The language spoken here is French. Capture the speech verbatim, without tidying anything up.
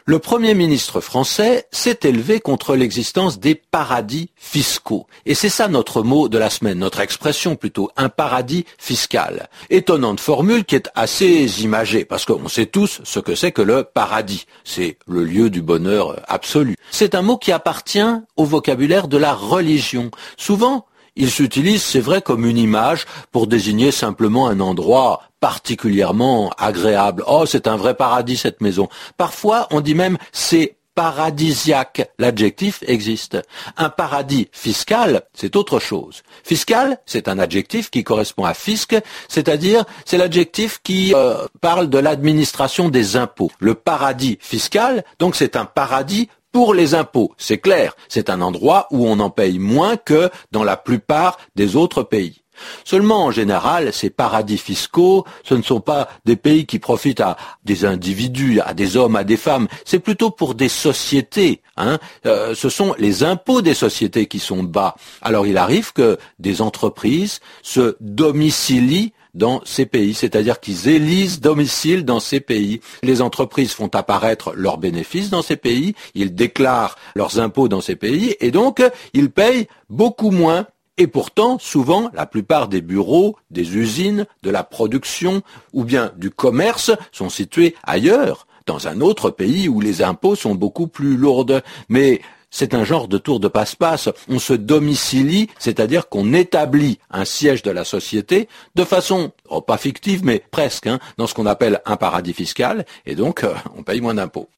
Le Premier ministre français s'est élevé contre l'existence des paradis fiscaux. Et c'est ça notre mot de la semaine, notre expression plutôt, un paradis fiscal. Étonnante formule qui est assez imagée, parce qu'on sait tous ce que c'est que le paradis. C'est le lieu du bonheur absolu. C'est un mot qui appartient au vocabulaire de la religion. Souvent, il s'utilise, c'est vrai, comme une image pour désigner simplement un endroit particulièrement agréable. Oh, c'est un vrai paradis, cette maison. Parfois, on dit même c'est paradisiaque. L'adjectif existe. Un paradis fiscal, c'est autre chose. Fiscal, c'est un adjectif qui correspond à fisc, c'est-à-dire c'est l'adjectif qui euh, parle de l'administration des impôts. Le paradis fiscal, donc c'est un paradis pour les impôts, c'est clair, c'est un endroit où on en paye moins que dans la plupart des autres pays. Seulement, en général, ces paradis fiscaux, ce ne sont pas des pays qui profitent à des individus, à des hommes, à des femmes, c'est plutôt pour des sociétés. Hein. Euh, ce sont les impôts des sociétés qui sont bas. Alors il arrive que des entreprises se domicilient dans ces pays, c'est-à-dire qu'ils élisent domicile dans ces pays. Les entreprises font apparaître leurs bénéfices dans ces pays, ils déclarent leurs impôts dans ces pays, et donc ils payent beaucoup moins. Et pourtant, souvent, la plupart des bureaux, des usines, de la production ou bien du commerce sont situés ailleurs, dans un autre pays où les impôts sont beaucoup plus lourds. Mais c'est un genre de tour de passe-passe. On se domicilie, c'est-à-dire qu'on établit un siège de la société de façon, oh, pas fictive, mais presque, hein, dans ce qu'on appelle un paradis fiscal, et donc euh, on paye moins d'impôts.